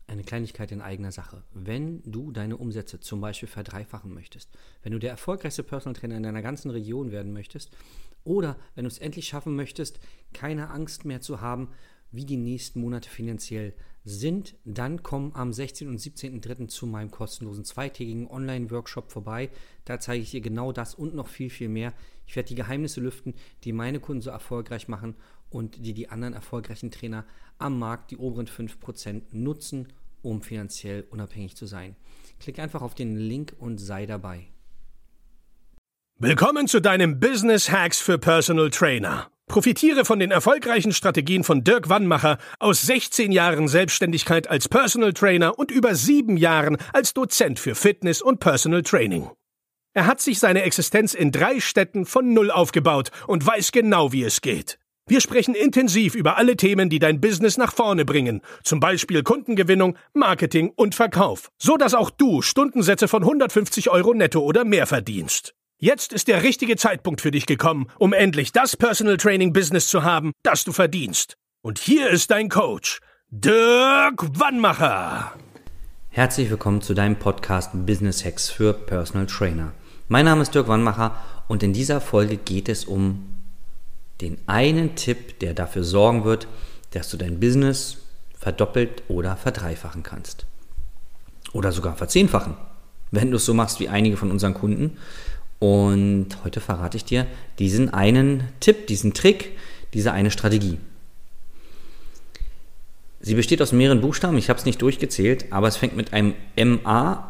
eine Kleinigkeit in eigener Sache. Wenn du deine Umsätze zum Beispiel verdreifachen möchtest, wenn du der erfolgreichste Personal Trainer in deiner ganzen Region werden möchtest oder wenn du es endlich schaffen möchtest, keine Angst mehr zu haben, wie die nächsten Monate finanziell sind, dann komm am 16. und 17.03. zu meinem kostenlosen zweitägigen Online-Workshop vorbei. Da zeige ich dir genau das und noch viel, viel mehr. Ich werde die Geheimnisse lüften, die meine Kunden so erfolgreich machen und die anderen erfolgreichen Trainer am Markt, die oberen 5%, nutzen, um finanziell unabhängig zu sein. Klick einfach auf den Link und sei dabei. Willkommen zu deinem Business Hacks für Personal Trainer. Profitiere von den erfolgreichen Strategien von Dirk Wannmacher aus 16 Jahren Selbstständigkeit als Personal Trainer und über 7 Jahren als Dozent für Fitness und Personal Training. Er hat sich seine Existenz in 3 Städten von Null aufgebaut und weiß genau, wie es geht. Wir sprechen intensiv über alle Themen, die dein Business nach vorne bringen, zum Beispiel Kundengewinnung, Marketing und Verkauf, so dass auch du Stundensätze von 150 € netto oder mehr verdienst. Jetzt ist der richtige Zeitpunkt für dich gekommen, um endlich das Personal Training Business zu haben, das du verdienst. Und hier ist dein Coach, Dirk Wannmacher. Herzlich willkommen zu deinem Podcast Business Hacks für Personal Trainer. Mein Name ist Dirk Wannmacher und in dieser Folge geht es um den einen Tipp, der dafür sorgen wird, dass du dein Business verdoppelt oder verdreifachen kannst. Oder sogar verzehnfachen, wenn du es so machst wie einige von unseren Kunden. Und heute verrate ich dir diesen einen Tipp, diesen Trick, diese eine Strategie. Sie besteht aus mehreren Buchstaben, ich habe es nicht durchgezählt, aber es fängt mit einem M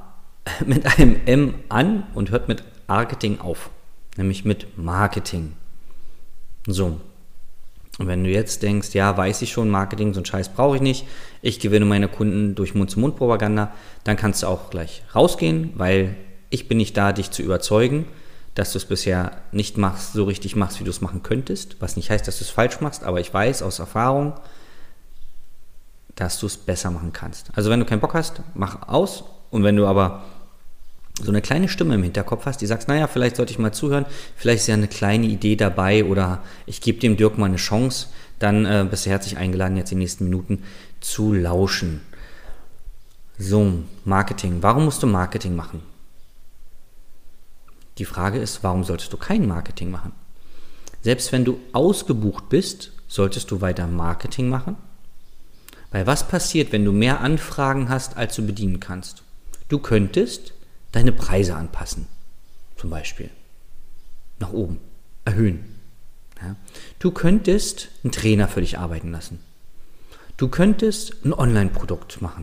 an und hört mit Marketing auf, nämlich mit Marketing. So, und wenn du jetzt denkst, ja, weiß ich schon, Marketing, so einen Scheiß brauche ich nicht, ich gewinne meine Kunden durch Mund-zu-Mund-Propaganda, dann kannst du auch gleich rausgehen, weil ich bin nicht da, dich zu überzeugen, dass du es bisher nicht machst, so richtig machst, wie du es machen könntest, was nicht heißt, dass du es falsch machst, aber ich weiß aus Erfahrung, dass du es besser machen kannst. Also wenn du keinen Bock hast, mach aus, und wenn du aber so eine kleine Stimme im Hinterkopf hast, die sagst, naja, vielleicht sollte ich mal zuhören, vielleicht ist ja eine kleine Idee dabei oder ich gebe dem Dirk mal eine Chance, dann bist du herzlich eingeladen, jetzt die nächsten Minuten zu lauschen. So, Marketing. Warum musst du Marketing machen? Die Frage ist, warum solltest du kein Marketing machen? Selbst wenn du ausgebucht bist, solltest du weiter Marketing machen? Weil was passiert, wenn du mehr Anfragen hast, als du bedienen kannst? Du könntest deine Preise anpassen, zum Beispiel. Nach oben, erhöhen. Ja. Du könntest einen Trainer für dich arbeiten lassen. Du könntest ein Online-Produkt machen.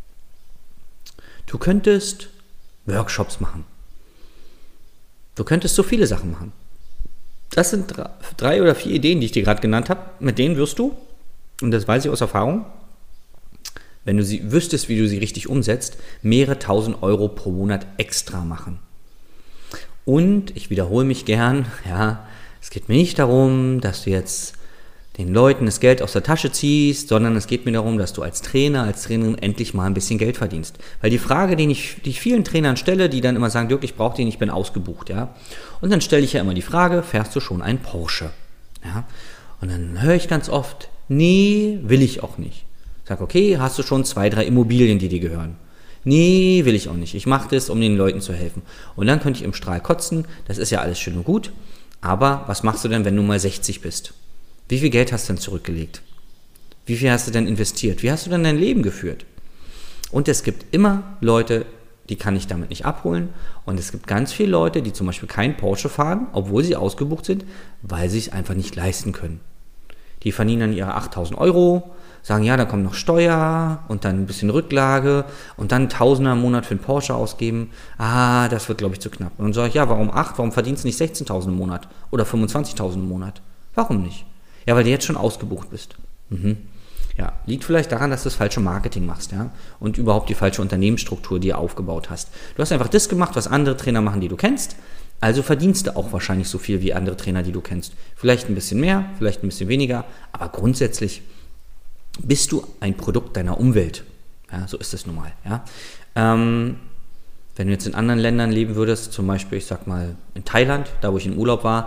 Du könntest Workshops machen. Du könntest so viele Sachen machen. Das sind 3 oder 4 Ideen, die ich dir gerade genannt habe. Mit denen wirst du, und das weiß ich aus Erfahrung, wenn du sie wüsstest, wie du sie richtig umsetzt, mehrere tausend Euro pro Monat extra machen. Und ich wiederhole mich gern, ja, es geht mir nicht darum, dass du jetzt den Leuten das Geld aus der Tasche ziehst, sondern es geht mir darum, dass du als Trainer, als Trainerin endlich mal ein bisschen Geld verdienst. Weil die Frage, die ich vielen Trainern stelle, die dann immer sagen, Dirk, ich brauche den, ich bin ausgebucht, ja. Und dann stelle ich ja immer die Frage, fährst du schon einen Porsche? Ja. Und dann höre ich ganz oft, nee, will ich auch nicht. Ich sage, okay, hast du schon 2, 3 Immobilien, die dir gehören? Nee, will ich auch nicht. Ich mache das, um den Leuten zu helfen. Und dann könnte ich im Strahl kotzen, das ist ja alles schön und gut, aber was machst du denn, wenn du mal 60 bist? Wie viel Geld hast du denn zurückgelegt? Wie viel hast du denn investiert? Wie hast du denn dein Leben geführt? Und es gibt immer Leute, die kann ich damit nicht abholen. Und es gibt ganz viele Leute, die zum Beispiel keinen Porsche fahren, obwohl sie ausgebucht sind, weil sie es einfach nicht leisten können. Die verdienen dann ihre 8.000 €, sagen, ja, da kommt noch Steuer und dann ein bisschen Rücklage und dann Tausender im Monat für einen Porsche ausgeben. Ah, das wird, glaube ich, zu knapp. Und dann sage ich, ja, warum 8? Warum verdienst du nicht 16.000 im Monat oder 25.000 im Monat? Warum nicht? Ja, weil du jetzt schon ausgebucht bist. Ja, liegt vielleicht daran, dass du das falsche Marketing machst, ja, und überhaupt die falsche Unternehmensstruktur, die du aufgebaut hast. Du hast einfach das gemacht, was andere Trainer machen, die du kennst, also verdienst du auch wahrscheinlich so viel wie andere Trainer, die du kennst. Vielleicht ein bisschen mehr, vielleicht ein bisschen weniger, aber grundsätzlich bist du ein Produkt deiner Umwelt. Ja, so ist es nun mal, ja. Wenn du jetzt in anderen Ländern leben würdest, zum Beispiel, ich sag mal in Thailand, da wo ich in Urlaub war,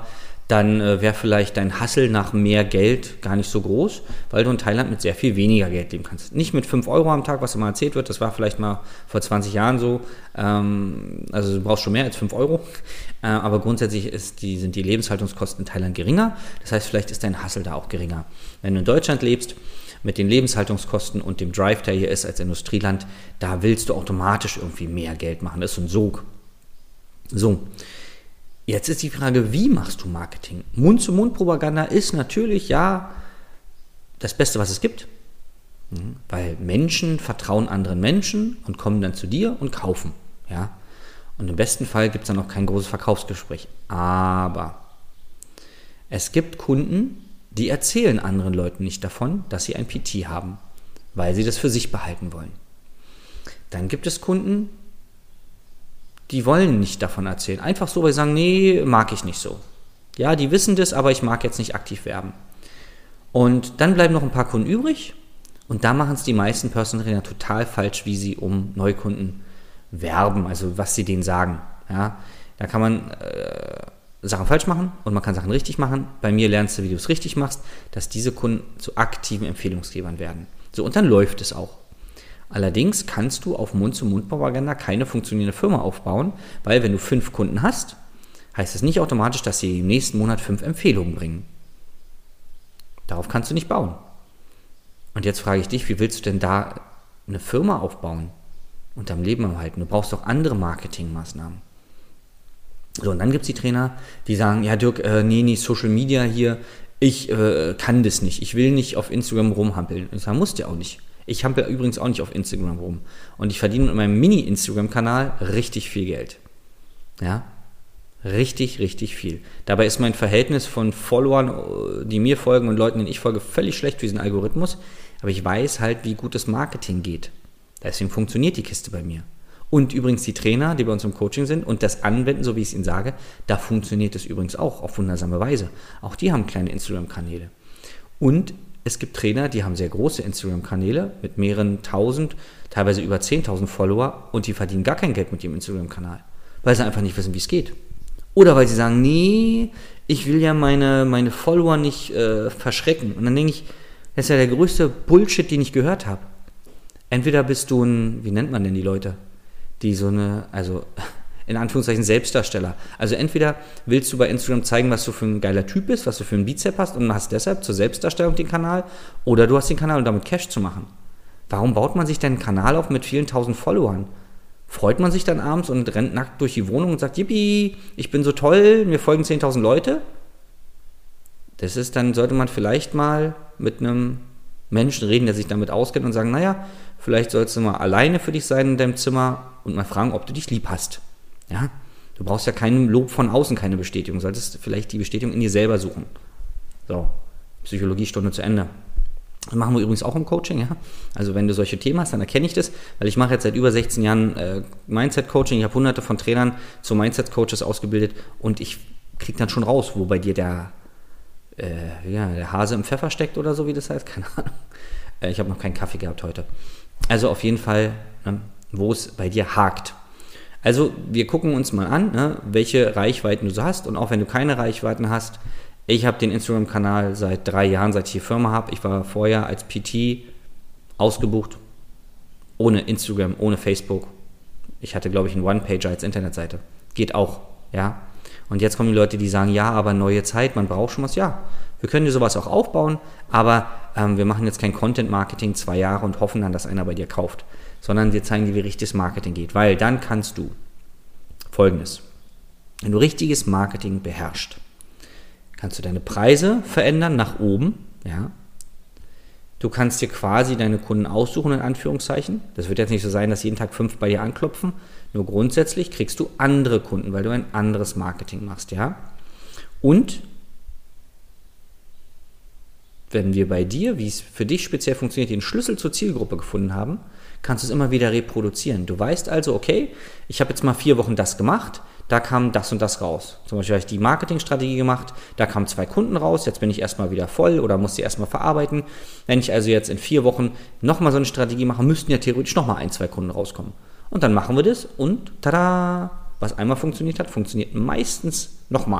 dann wäre vielleicht dein Hustle nach mehr Geld gar nicht so groß, weil du in Thailand mit sehr viel weniger Geld leben kannst. Nicht mit 5 Euro am Tag, was immer erzählt wird, das war vielleicht mal vor 20 Jahren so, also du brauchst schon mehr als 5 Euro, aber grundsätzlich sind die Lebenshaltungskosten in Thailand geringer, das heißt, vielleicht ist dein Hustle da auch geringer. Wenn du in Deutschland lebst, mit den Lebenshaltungskosten und dem Drive, der hier ist als Industrieland, da willst du automatisch irgendwie mehr Geld machen, das ist so ein Sog. So. Jetzt ist die Frage, wie machst du Marketing? Mund-zu-Mund-Propaganda ist natürlich ja das Beste, was es gibt, weil Menschen vertrauen anderen Menschen und kommen dann zu dir und kaufen. Ja? Und im besten Fall gibt es dann auch kein großes Verkaufsgespräch. Aber es gibt Kunden, die erzählen anderen Leuten nicht davon, dass sie ein PT haben, weil sie das für sich behalten wollen. Dann gibt es Kunden, die wollen nicht davon erzählen. Einfach so, weil sie sagen, nee, mag ich nicht so. Ja, die wissen das, aber ich mag jetzt nicht aktiv werben. Und dann bleiben noch ein paar Kunden übrig und da machen es die meisten Personal Trainer total falsch, wie sie um Neukunden werben, also was sie denen sagen. Ja, da kann man Sachen falsch machen und man kann Sachen richtig machen. Bei mir lernst du, wie du es richtig machst, dass diese Kunden zu aktiven Empfehlungsgebern werden. So, und dann läuft es auch. Allerdings kannst du auf Mund-zu-Mund-Propaganda keine funktionierende Firma aufbauen, weil wenn du 5 Kunden hast, heißt es nicht automatisch, dass sie im nächsten Monat 5 Empfehlungen bringen. Darauf kannst du nicht bauen. Und jetzt frage ich dich, wie willst du denn da eine Firma aufbauen und am Leben erhalten? Du brauchst doch andere Marketingmaßnahmen. So, und dann gibt es die Trainer, die sagen, ja Dirk, nee, Social Media hier, ich kann das nicht, ich will nicht auf Instagram rumhampeln. Und ich sage, musst du ja auch nicht. Ich hampel übrigens auch nicht auf Instagram rum. Und ich verdiene mit meinem Mini-Instagram-Kanal richtig viel Geld. Ja, richtig, richtig viel. Dabei ist mein Verhältnis von Followern, die mir folgen und Leuten, denen ich folge, völlig schlecht für diesen Algorithmus. Aber ich weiß halt, wie gut das Marketing geht. Deswegen funktioniert die Kiste bei mir. Und übrigens die Trainer, die bei uns im Coaching sind und das anwenden, so wie ich es ihnen sage, da funktioniert es übrigens auch auf wundersame Weise. Auch die haben kleine Instagram-Kanäle. Und es gibt Trainer, die haben sehr große Instagram-Kanäle mit mehreren tausend, teilweise über 10.000 Follower und die verdienen gar kein Geld mit ihrem Instagram-Kanal, weil sie einfach nicht wissen, wie es geht. Oder weil sie sagen, nee, ich will ja meine Follower nicht verschrecken. Und dann denke ich, das ist ja der größte Bullshit, den ich gehört habe. Entweder bist du wie nennt man denn die Leute, die so also in Anführungszeichen Selbstdarsteller. Also entweder willst du bei Instagram zeigen, was du für ein geiler Typ bist, was du für ein Bizep hast und hast deshalb zur Selbstdarstellung den Kanal, oder du hast den Kanal, um damit Cash zu machen. Warum baut man sich denn einen Kanal auf mit vielen tausend Followern? Freut man sich dann abends und rennt nackt durch die Wohnung und sagt, yippie, ich bin so toll, mir folgen 10.000 Leute? Dann sollte man vielleicht mal mit einem Menschen reden, der sich damit auskennt und sagen, naja, vielleicht sollst du mal alleine für dich sein in deinem Zimmer und mal fragen, ob du dich lieb hast. Ja, du brauchst ja kein Lob von außen, keine Bestätigung. Du solltest vielleicht die Bestätigung in dir selber suchen. So, Psychologiestunde zu Ende. Das machen wir übrigens auch im Coaching. Ja? Also wenn du solche Themen hast, dann erkenne ich das, weil ich mache jetzt seit über 16 Jahren Mindset-Coaching. Ich habe hunderte von Trainern zu Mindset-Coaches ausgebildet und ich kriege dann schon raus, wo bei dir der Hase im Pfeffer steckt oder so, wie das heißt. Keine Ahnung. Ich habe noch keinen Kaffee gehabt heute. Also auf jeden Fall, wo es bei dir hakt. Also wir gucken uns mal an, welche Reichweiten du so hast, und auch wenn du keine Reichweiten hast, ich habe den Instagram-Kanal seit 3 Jahren, seit ich die Firma habe. Ich war vorher als PT ausgebucht, ohne Instagram, ohne Facebook. Ich hatte, glaube ich, einen One-Pager als Internetseite. Geht auch, ja. Und jetzt kommen die Leute, die sagen, ja, aber neue Zeit, man braucht schon was. Ja, wir können dir sowas auch aufbauen, aber wir machen jetzt kein Content-Marketing 2 Jahre und hoffen dann, dass einer bei dir kauft, sondern wir zeigen dir, wie richtiges Marketing geht, weil dann kannst du Folgendes: Wenn du richtiges Marketing beherrschst, kannst du deine Preise verändern nach oben, ja. Du kannst dir quasi deine Kunden aussuchen, in Anführungszeichen. Das wird jetzt nicht so sein, dass jeden Tag 5 bei dir anklopfen. Nur grundsätzlich kriegst du andere Kunden, weil du ein anderes Marketing machst, ja. Und wenn wir bei dir, wie es für dich speziell funktioniert, den Schlüssel zur Zielgruppe gefunden haben, kannst du es immer wieder reproduzieren. Du weißt also, okay, ich habe jetzt mal 4 Wochen das gemacht, da kam das und das raus. Zum Beispiel habe ich die Marketingstrategie gemacht, da kamen 2 Kunden raus, jetzt bin ich erstmal wieder voll oder muss sie erstmal verarbeiten. Wenn ich also jetzt in 4 Wochen nochmal so eine Strategie mache, müssten ja theoretisch nochmal 1, 2 Kunden rauskommen. Und dann machen wir das und tada, was einmal funktioniert hat, funktioniert meistens nochmal.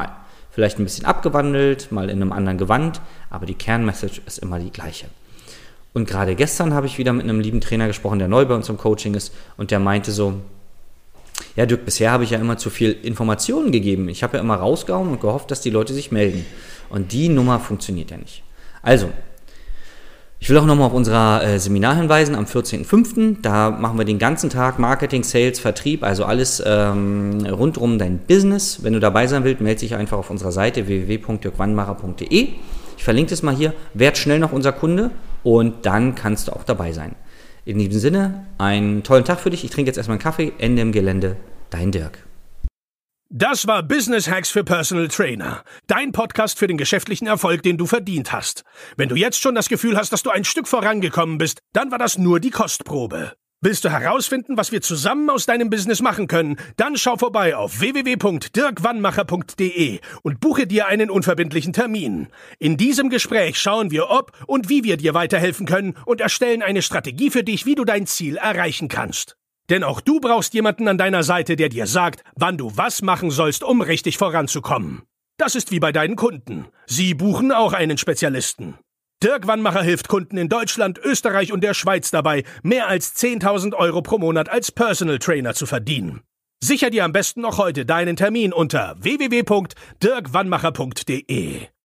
Vielleicht ein bisschen abgewandelt, mal in einem anderen Gewand, aber die Kernmessage ist immer die gleiche. Und gerade gestern habe ich wieder mit einem lieben Trainer gesprochen, der neu bei uns im Coaching ist, und der meinte so, ja Dirk, bisher habe ich ja immer zu viel Informationen gegeben. Ich habe ja immer rausgehauen und gehofft, dass die Leute sich melden. Und die Nummer funktioniert ja nicht. Also, ich will auch nochmal auf unser Seminar hinweisen am 14.05. Da machen wir den ganzen Tag Marketing, Sales, Vertrieb, also alles rund um dein Business. Wenn du dabei sein willst, melde dich einfach auf unserer Seite www.dirkwannmacher.de. Ich verlinke das mal hier. Werd schnell noch unser Kunde und dann kannst du auch dabei sein. In diesem Sinne, einen tollen Tag für dich. Ich trinke jetzt erstmal einen Kaffee. Ende im Gelände. Dein Dirk. Das war Business Hacks für Personal Trainer. Dein Podcast für den geschäftlichen Erfolg, den du verdient hast. Wenn du jetzt schon das Gefühl hast, dass du ein Stück vorangekommen bist, dann war das nur die Kostprobe. Willst du herausfinden, was wir zusammen aus deinem Business machen können? Dann schau vorbei auf www.dirkwannmacher.de und buche dir einen unverbindlichen Termin. In diesem Gespräch schauen wir, ob und wie wir dir weiterhelfen können und erstellen eine Strategie für dich, wie du dein Ziel erreichen kannst. Denn auch du brauchst jemanden an deiner Seite, der dir sagt, wann du was machen sollst, um richtig voranzukommen. Das ist wie bei deinen Kunden. Sie buchen auch einen Spezialisten. Dirk Wannmacher hilft Kunden in Deutschland, Österreich und der Schweiz dabei, mehr als 10.000 Euro pro Monat als Personal Trainer zu verdienen. Sicher dir am besten noch heute deinen Termin unter www.dirkwannmacher.de.